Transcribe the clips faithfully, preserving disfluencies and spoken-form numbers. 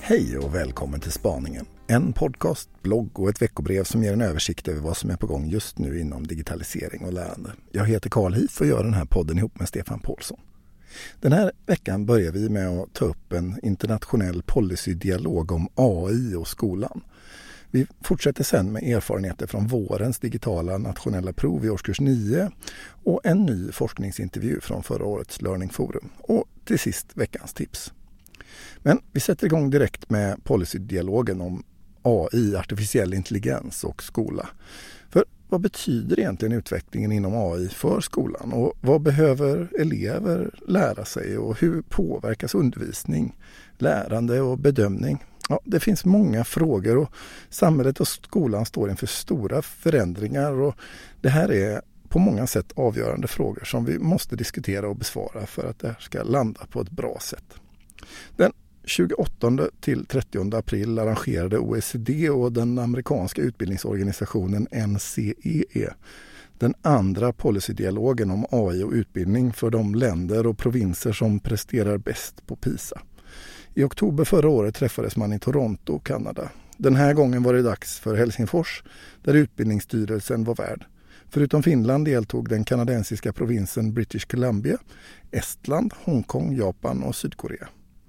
Hej och välkommen till Spaningen. En podcast, blogg och ett veckobrev som ger en översikt över vad som är på gång just nu inom digitalisering och lärande. Jag heter Carl Heath och gör den här podden ihop med Stefan Paulsson. Den här veckan börjar vi med att ta upp en internationell policydialog om A I och skolan. Vi fortsätter sen med erfarenheter från vårens digitala nationella prov i årskurs nio och en ny forskningsintervju från förra årets Learning Forum. Och till sist veckans tips. Men vi sätter igång direkt med policydialogen om A I, artificiell intelligens och skola. För vad betyder egentligen utvecklingen inom A I för skolan? Och vad behöver elever lära sig? Och hur påverkas undervisning, lärande och bedömning? Ja, det finns många frågor och samhället och skolan står inför stora förändringar. Och det här är på många sätt avgörande frågor som vi måste diskutera och besvara för att det här ska landa på ett bra sätt. Den tjugoåttonde till trettionde april arrangerade O E C D och den amerikanska utbildningsorganisationen N C E E den andra policydialogen om A I och utbildning för de länder och provinser som presterar bäst på PISA. I oktober förra året träffades man i Toronto, Kanada. Den här gången var det dags för Helsingfors, där utbildningsstyrelsen var värd. Förutom Finland deltog den kanadensiska provinsen British Columbia, Estland, Hongkong, Japan och Sydkorea.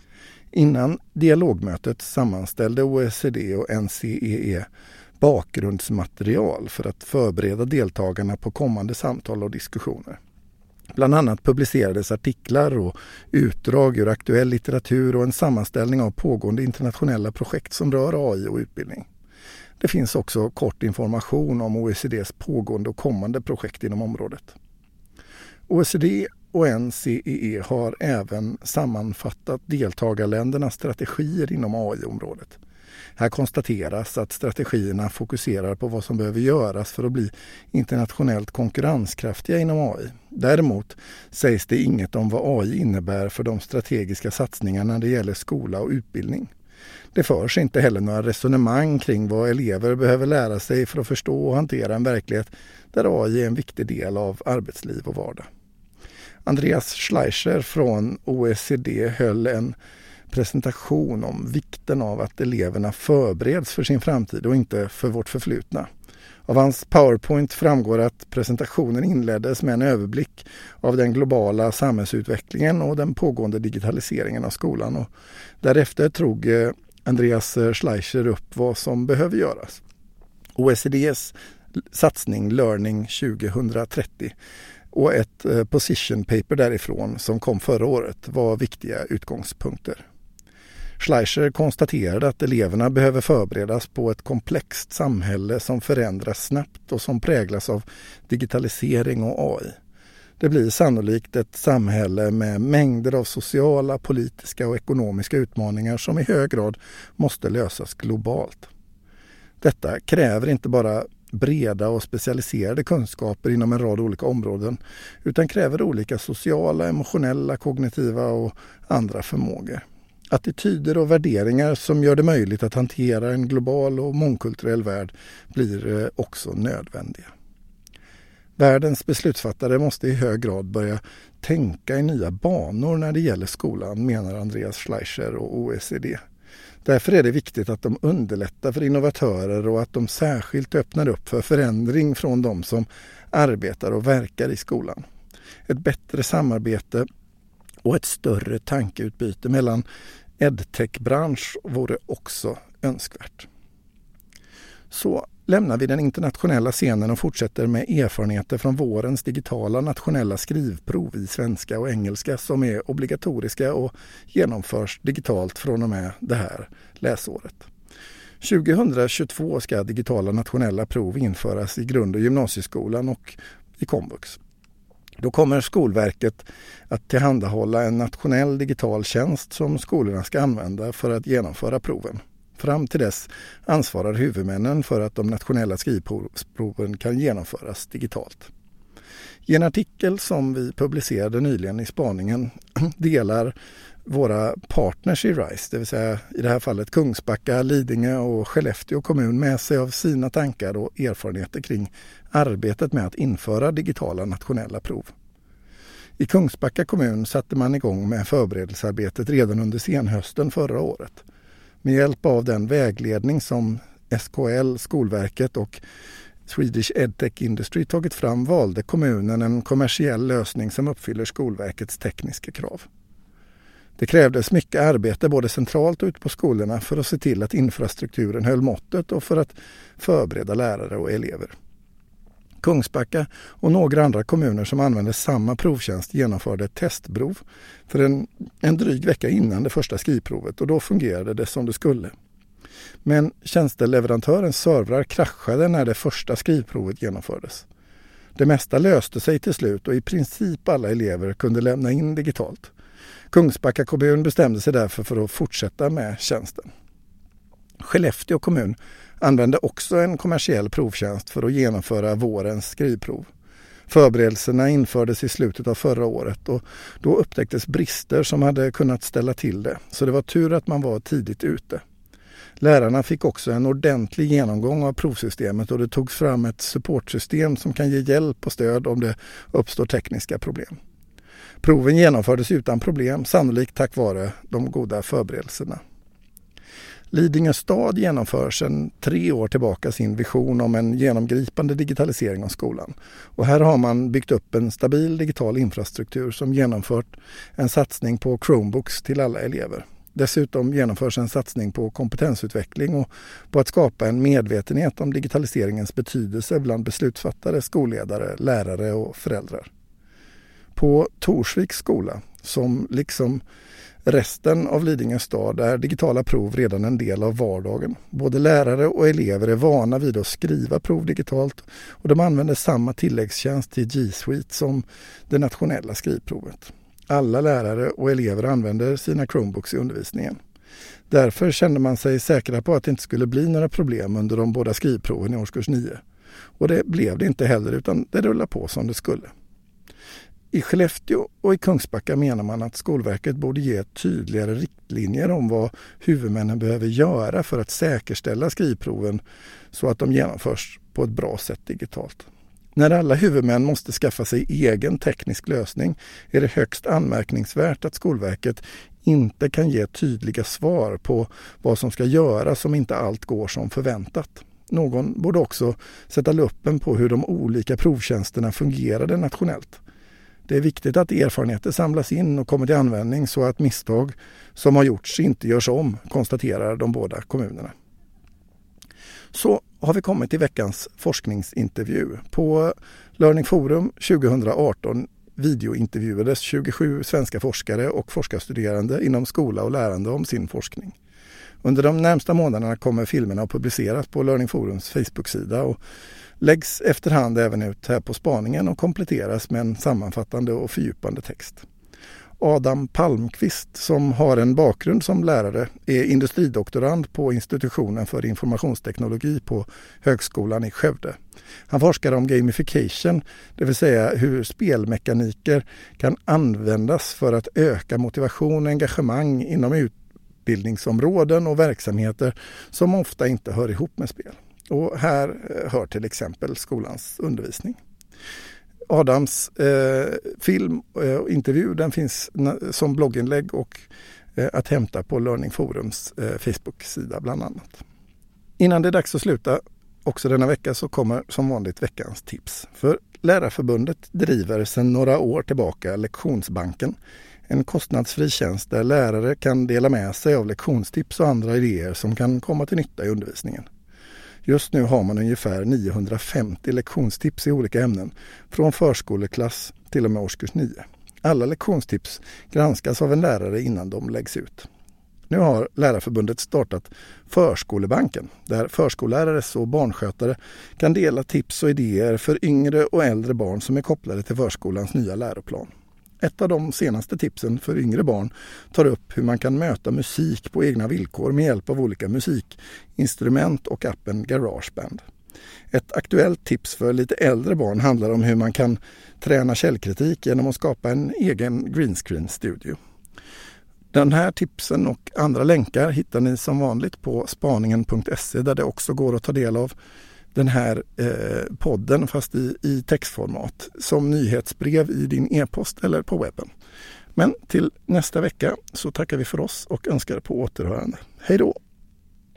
Innan dialogmötet sammanställde O E C D och N C E E bakgrundsmaterial för att förbereda deltagarna på kommande samtal och diskussioner. Bland annat publicerades artiklar och utdrag ur aktuell litteratur och en sammanställning av pågående internationella projekt som rör A I och utbildning. Det finns också kort information om O E C D:s pågående och kommande projekt inom området. O E C D och N C E E har även sammanfattat deltagarländernas strategier inom A I-området. Här konstateras att strategierna fokuserar på vad som behöver göras för att bli internationellt konkurrenskraftiga inom A I. Däremot sägs det inget om vad A I innebär för de strategiska satsningarna när det gäller skola och utbildning. Det förs inte heller några resonemang kring vad elever behöver lära sig för att förstå och hantera en verklighet där A I är en viktig del av arbetsliv och vardag. Andreas Schleicher från O E C D höll en presentation om vikten av att eleverna förbereds för sin framtid och inte för vårt förflutna. Av hans PowerPoint framgår att presentationen inleddes med en överblick av den globala samhällsutvecklingen och den pågående digitaliseringen av skolan. Och därefter tog Andreas Schleicher upp vad som behöver göras. O E C D:s satsning Learning tjugohundratrettio och ett position paper därifrån som kom förra året var viktiga utgångspunkter. Schleicher konstaterade att eleverna behöver förberedas på ett komplext samhälle som förändras snabbt och som präglas av digitalisering och A I. Det blir sannolikt ett samhälle med mängder av sociala, politiska och ekonomiska utmaningar som i hög grad måste lösas globalt. Detta kräver inte bara breda och specialiserade kunskaper inom en rad olika områden utan kräver olika sociala, emotionella, kognitiva och andra förmågor. Attityder och värderingar som gör det möjligt att hantera en global och mångkulturell värld blir också nödvändiga. Världens beslutsfattare måste i hög grad börja tänka i nya banor när det gäller skolan, menar Andreas Schleicher och O E C D. Därför är det viktigt att de underlättar för innovatörer och att de särskilt öppnar upp för förändring från de som arbetar och verkar i skolan. Ett bättre samarbete och ett större tankeutbyte mellan edtech-bransch vore också önskvärt. Så lämnar vi den internationella scenen och fortsätter med erfarenheter från vårens digitala nationella skrivprov i svenska och engelska som är obligatoriska och genomförs digitalt från och med det här läsåret. tjugohundratjugotvå ska digitala nationella prov införas i grund- och gymnasieskolan och i komvux. Då kommer Skolverket att tillhandahålla en nationell digital tjänst som skolorna ska använda för att genomföra proven. Fram till dess ansvarar huvudmännen för att de nationella skrivproven kan genomföras digitalt. I en artikel som vi publicerade nyligen i Spaningen delar våra partners i RISE, det vill säga i det här fallet Kungsbacka, Lidingö och Skellefteå kommun med sig av sina tankar och erfarenheter kring arbetet med att införa digitala nationella prov. I Kungsbacka kommun satte man igång med förberedelsearbetet redan under senhösten förra året. Med hjälp av den vägledning som S K L, Skolverket och Swedish EdTech Industry tagit fram valde kommunen en kommersiell lösning som uppfyller Skolverkets tekniska krav. Det krävdes mycket arbete både centralt och ute på skolorna för att se till att infrastrukturen höll måttet och för att förbereda lärare och elever. Kungsbacka och några andra kommuner som använde samma provtjänst genomförde ett testprov för en, en dryg vecka innan det första skrivprovet och då fungerade det som det skulle. Men tjänsteleverantörens servrar kraschade när det första skrivprovet genomfördes. Det mesta löste sig till slut och i princip alla elever kunde lämna in digitalt. Kungsbacka kommun bestämde sig därför för att fortsätta med tjänsten. Skellefteå kommun använde också en kommersiell provtjänst för att genomföra vårens skrivprov. Förberedelserna infördes i slutet av förra året och då upptäcktes brister som hade kunnat ställa till det, så det var tur att man var tidigt ute. Lärarna fick också en ordentlig genomgång av provsystemet och det togs fram ett supportsystem som kan ge hjälp och stöd om det uppstår tekniska problem. Proven genomfördes utan problem, sannolikt tack vare de goda förberedelserna. Lidingö stad genomför sedan tre år tillbaka sin vision om en genomgripande digitalisering av skolan. Och här har man byggt upp en stabil digital infrastruktur som genomfört en satsning på Chromebooks till alla elever. Dessutom genomförs en satsning på kompetensutveckling och på att skapa en medvetenhet om digitaliseringens betydelse bland beslutsfattare, skolledare, lärare och föräldrar. På Torsviks skola, som liksom resten av Lidingö stad, är digitala prov redan en del av vardagen. Både lärare och elever är vana vid att skriva prov digitalt och de använder samma tilläggstjänst till G Suite som det nationella skrivprovet. Alla lärare och elever använder sina Chromebooks i undervisningen. Därför kände man sig säkra på att det inte skulle bli några problem under de båda skrivproven i årskurs nio. Och det blev det inte heller, utan det rullar på som det skulle. I Skellefteå och i Kungsbacka menar man att Skolverket borde ge tydligare riktlinjer om vad huvudmännen behöver göra för att säkerställa skrivproven så att de genomförs på ett bra sätt digitalt. När alla huvudmän måste skaffa sig egen teknisk lösning är det högst anmärkningsvärt att Skolverket inte kan ge tydliga svar på vad som ska göras om inte allt går som förväntat. Någon borde också sätta luppen på hur de olika provtjänsterna fungerade nationellt. Det är viktigt att erfarenheter samlas in och kommer till användning så att misstag som har gjorts inte görs om, konstaterar de båda kommunerna. Så har vi kommit till veckans forskningsintervju. På Learning Forum tjugo arton videointervjuades tjugosju svenska forskare och forskarstuderande inom skola och lärande om sin forskning. Under de närmsta månaderna kommer filmerna att publiceras på Learning Forums Facebook-sida och läggs efterhand även ut här på spaningen och kompletteras med en sammanfattande och fördjupande text. Adam Palmqvist, som har en bakgrund som lärare, är industridoktorand på institutionen för informationsteknologi på Högskolan i Skövde. Han forskar om gamification, det vill säga hur spelmekaniker kan användas för att öka motivation och engagemang inom utbildningsområden och verksamheter som ofta inte hör ihop med spel. Och här hör till exempel skolans undervisning. Adams eh, film och eh, intervju den finns na- som blogginlägg och eh, att hämta på Learning Forums eh, Facebook-sida bland annat. Innan det är dags att sluta också denna vecka så kommer som vanligt veckans tips. För Lärarförbundet driver sedan några år tillbaka Lektionsbanken, en kostnadsfri tjänst där lärare kan dela med sig av lektionstips och andra idéer som kan komma till nytta i undervisningen. Just nu har man ungefär niohundrafemtio lektionstips i olika ämnen, från förskoleklass till och med årskurs nio. Alla lektionstips granskas av en lärare innan de läggs ut. Nu har Lärarförbundet startat Förskolebanken, där förskollärares och barnskötare kan dela tips och idéer för yngre och äldre barn som är kopplade till förskolans nya läroplan. Ett av de senaste tipsen för yngre barn tar upp hur man kan möta musik på egna villkor med hjälp av olika musikinstrument och appen GarageBand. Ett aktuellt tips för lite äldre barn handlar om hur man kan träna källkritik genom att skapa en egen greenscreen-studio. Den här tipsen och andra länkar hittar ni som vanligt på spaningen punkt se där det också går att ta del av den här eh, podden fast i, i textformat som nyhetsbrev i din e-post eller på webben. Men till nästa vecka så tackar vi för oss och önskar på återhörande. Hej då!